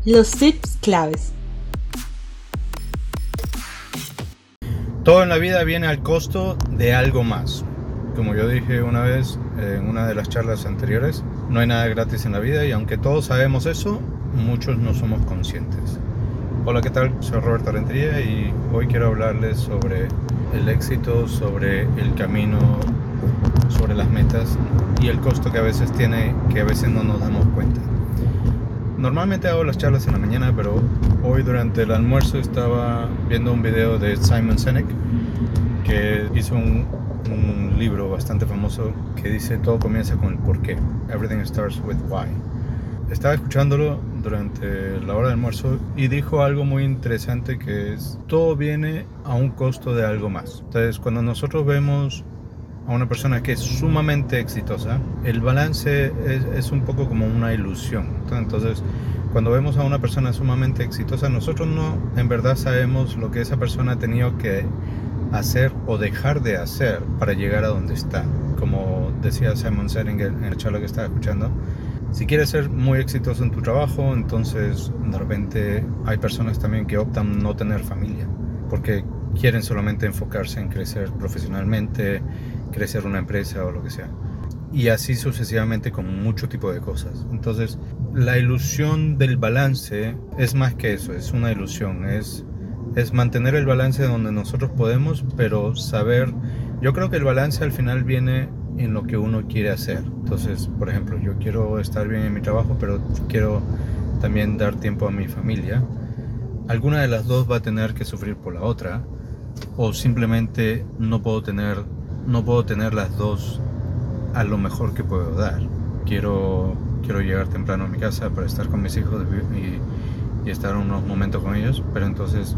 Los tips claves. Todo en la vida viene al costo de algo más. Como yo dije una vez en una de las charlas anteriores, no hay nada gratis en la vida y aunque todos sabemos eso, muchos no somos conscientes. Hola, ¿qué tal? Soy Roberto Rentería y hoy quiero hablarles sobre el éxito, sobre el camino, sobre las metas y el costo que a veces tiene, que a veces no nos damos cuenta. Normalmente hago las charlas en la mañana, pero hoy durante el almuerzo estaba viendo un video de Simon Sinek que hizo un libro bastante famoso que dice todo comienza con el por qué. Everything starts with why. Estaba escuchándolo durante la hora de almuerzo y dijo algo muy interesante que es todo viene a un costo de algo más. Entonces cuando nosotros vemos a una persona que es sumamente exitosa, el balance es un poco como una ilusión. Entonces, cuando vemos a una persona sumamente exitosa, nosotros no en verdad sabemos lo que esa persona ha tenido que hacer o dejar de hacer para llegar a donde está. Como decía Simon Sinek en la charla que estaba escuchando, si quieres ser muy exitoso en tu trabajo, entonces de repente hay personas también que optan no tener familia, porque quieren solamente enfocarse en crecer profesionalmente, crecer una empresa o lo que sea. Y así sucesivamente con mucho tipo de cosas. Entonces, la ilusión del balance es más que eso, es una ilusión, es mantener el balance donde nosotros podemos, pero saber, yo creo que el balance al final viene en lo que uno quiere hacer. Entonces, por ejemplo, yo quiero estar bien en mi trabajo, pero quiero también dar tiempo a mi familia. Alguna de las dos va a tener que sufrir por la otra, o simplemente no puedo tener las dos a lo mejor que puedo dar. Quiero llegar temprano a mi casa para estar con mis hijos y estar unos momentos con ellos, pero entonces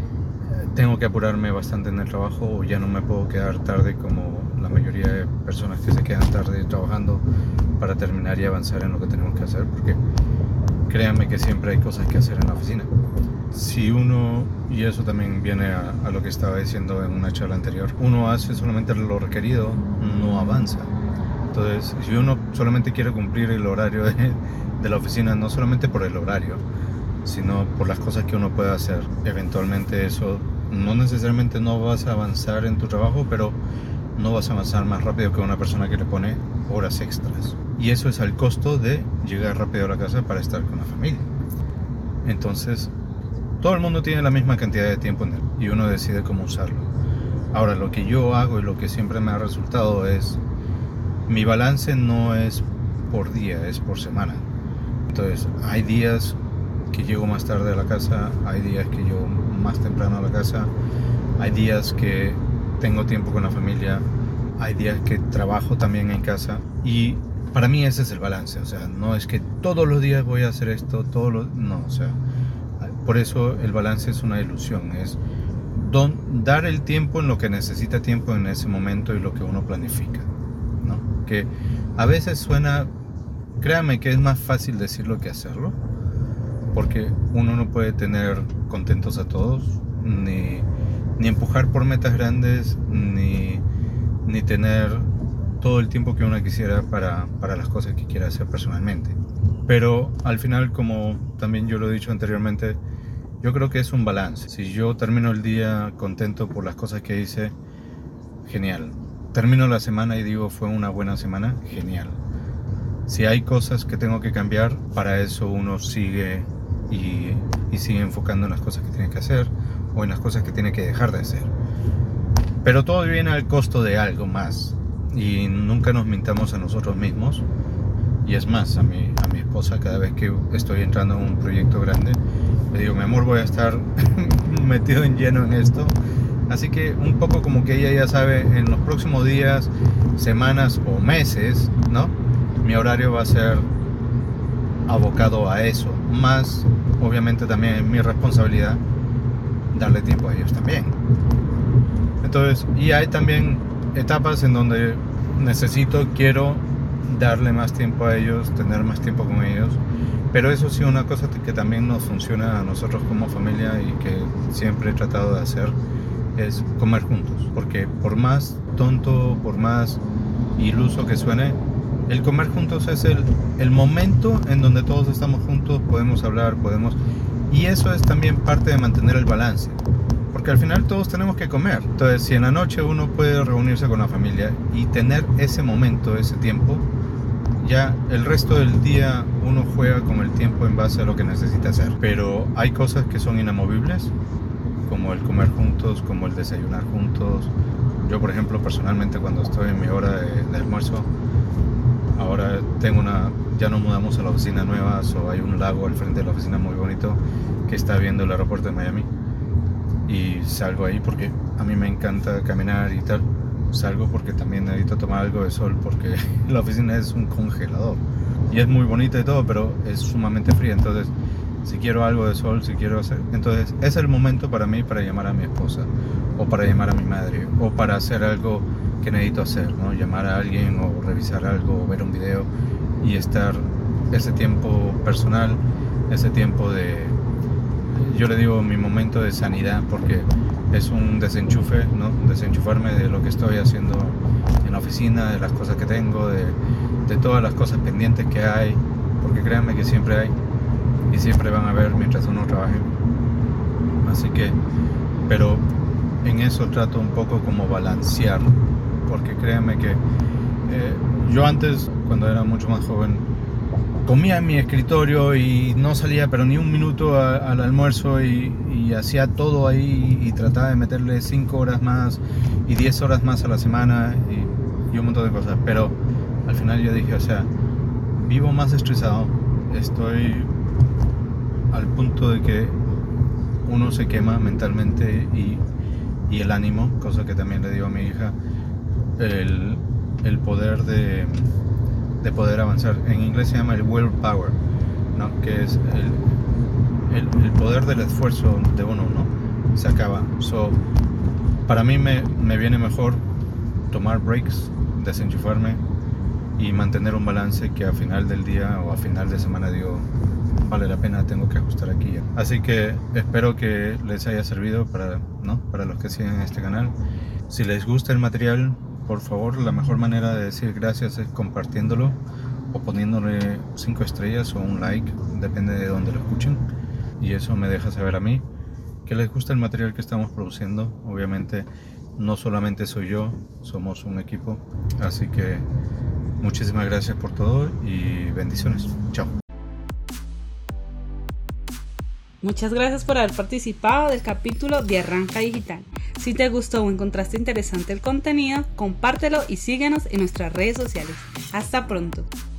tengo que apurarme bastante en el trabajo o ya no me puedo quedar tarde como la mayoría de personas que se quedan tarde trabajando para terminar y avanzar en lo que tenemos que hacer, porque créanme que siempre hay cosas que hacer en la oficina. Si uno, y eso también viene a lo que estaba diciendo en una charla anterior, uno hace solamente lo requerido, no avanza. Entonces, si uno solamente quiere cumplir el horario de la oficina, no solamente por el horario, sino por las cosas que uno puede hacer, eventualmente eso, no necesariamente no vas a avanzar en tu trabajo, pero no vas a avanzar más rápido que una persona que le pone horas extras. Y eso es al costo de llegar rápido a la casa para estar con la familia. Entonces, todo el mundo tiene la misma cantidad de tiempo en él y uno decide cómo usarlo. Ahora, lo que yo hago y lo que siempre me ha resultado es, mi balance no es por día, es por semana. Entonces, hay días que llego más tarde a la casa, hay días que llego más temprano a la casa, hay días que tengo tiempo con la familia, hay días que trabajo también en casa y para mí ese es el balance. O sea, no es que todos los días voy a hacer esto, no, o sea, por eso el balance es una ilusión, es dar el tiempo en lo que necesita tiempo en ese momento y lo que uno planifica, ¿no? Que a veces suena, créanme que es más fácil decirlo que hacerlo, porque uno no puede tener contentos a todos, ni empujar por metas grandes, ni tener todo el tiempo que uno quisiera para las cosas que quiera hacer personalmente. Pero al final, como también yo lo he dicho anteriormente, yo creo que es un balance. Si yo termino el día contento por las cosas que hice, genial. Termino la semana y digo fue una buena semana, genial. Si hay cosas que tengo que cambiar, para eso uno sigue y sigue enfocando en las cosas que tiene que hacer o en las cosas que tiene que dejar de hacer. Pero todo viene al costo de algo más y nunca nos mintamos a nosotros mismos. Y es más, a mi esposa, cada vez que estoy entrando en un proyecto grande, le digo, mi amor, voy a estar metido en lleno en esto. Así que un poco como que ella ya sabe, en los próximos días, semanas o meses, ¿no? Mi horario va a ser abocado a eso. Más, obviamente, también es mi responsabilidad darle tiempo a ellos también. Entonces, y hay también etapas en donde quiero darle más tiempo a ellos, tener más tiempo con ellos. Pero eso sí, una cosa que también nos funciona a nosotros como familia y que siempre he tratado de hacer es comer juntos. Porque por más tonto, por más iluso que suene, el comer juntos es el momento en donde todos estamos juntos, podemos hablar, y eso es también parte de mantener el balance, porque al final todos tenemos que comer. Entonces, si en la noche uno puede reunirse con la familia y tener ese momento, ese tiempo, ya el resto del día uno juega con el tiempo en base a lo que necesita hacer. Pero hay cosas que son inamovibles, como el comer juntos, como el desayunar juntos. Yo, por ejemplo, personalmente, cuando estoy en mi hora de almuerzo, ahora ya nos mudamos a la oficina nueva, hay un lago al frente de la oficina muy bonito que está viendo el aeropuerto de Miami, y salgo ahí porque a mí me encanta caminar y tal. Salgo porque también necesito tomar algo de sol, porque la oficina es un congelador y es muy bonita y todo, pero es sumamente fría. Entonces, si quiero algo de sol, entonces es el momento para mí para llamar a mi esposa, o para llamar a mi madre, o para hacer algo que necesito hacer, ¿no? Llamar a alguien, o revisar algo, o ver un video, y estar ese tiempo personal, ese tiempo yo le digo mi momento de sanidad, porque es un desenchufe, ¿no? Desenchufarme de lo que estoy haciendo en la oficina, de las cosas que tengo, de todas las cosas pendientes que hay, porque créanme que siempre hay y siempre van a haber mientras uno trabaje. Así que, pero en eso trato un poco como balancear, porque créanme que yo antes, cuando era mucho más joven, comía en mi escritorio y no salía pero ni un minuto al almuerzo, y hacía todo ahí, y trataba de meterle 5 horas más y 10 horas más a la semana, y un montón de cosas. Pero al final yo dije, o sea, vivo más estresado, estoy al punto de que uno se quema mentalmente, y el ánimo, cosa que también le digo a mi hija, el poder de poder avanzar. En inglés se llama el willpower, ¿no? Que es el poder del esfuerzo de uno, ¿no? Se acaba. Para mí me viene mejor tomar breaks, desenchufarme y mantener un balance, que a final del día o a final de semana digo, vale la pena, tengo que ajustar aquí. Así que espero que les haya servido para los que siguen este canal. Si les gusta el material, por favor, la mejor manera de decir gracias es compartiéndolo, o poniéndole 5 estrellas o un like, depende de dónde lo escuchen, y eso me deja saber a mí que les gusta el material que estamos produciendo. Obviamente no solamente soy yo, somos un equipo, así que muchísimas gracias por todo y bendiciones. Chao. Muchas gracias por haber participado del capítulo de Arranca Digital. Si te gustó o encontraste interesante el contenido, compártelo y síguenos en nuestras redes sociales. Hasta pronto.